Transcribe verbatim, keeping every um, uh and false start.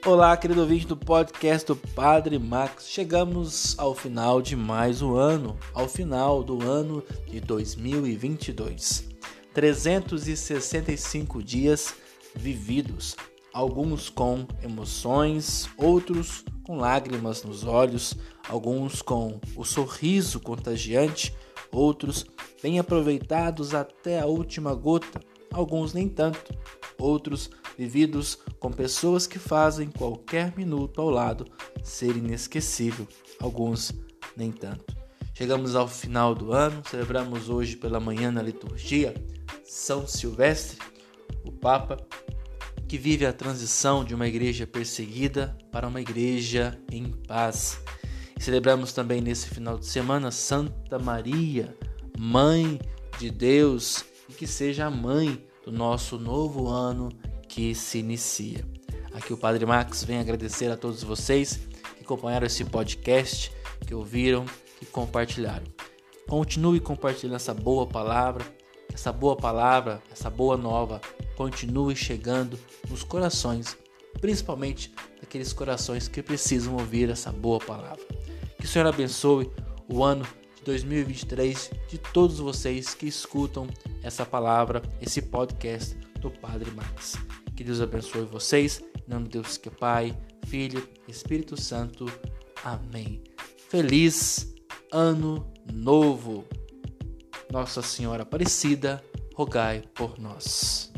Olá, querido ouvinte do podcast do Padre Max. Chegamos ao final de mais um ano, ao final do ano de dois mil e vinte e dois. trezentos e sessenta e cinco dias vividos, alguns com emoções, outros com lágrimas nos olhos, alguns com o sorriso contagiante, outros bem aproveitados até a última gota, alguns nem tanto, outros vividos com pessoas que fazem qualquer minuto ao lado ser inesquecível, alguns nem tanto. Chegamos ao final do ano, celebramos hoje pela manhã na liturgia São Silvestre, o Papa que vive a transição de uma igreja perseguida para uma igreja em paz. E celebramos também nesse final de semana Santa Maria, Mãe de Deus, e que seja a mãe do nosso novo ano que se inicia. Aqui o Padre Max vem agradecer a todos vocês que acompanharam esse podcast, que ouviram, que compartilharam. Continue compartilhando essa boa palavra, essa boa palavra, essa boa nova, continue chegando nos corações, principalmente daqueles corações que precisam ouvir essa boa palavra. Que o Senhor abençoe o ano de dois mil e vinte e três de todos vocês que escutam essa palavra, esse podcast do Padre Max. Que Deus abençoe vocês, em nome de Deus que é Pai, Filho, Espírito Santo. Amém. Feliz Ano Novo! Nossa Senhora Aparecida, rogai por nós.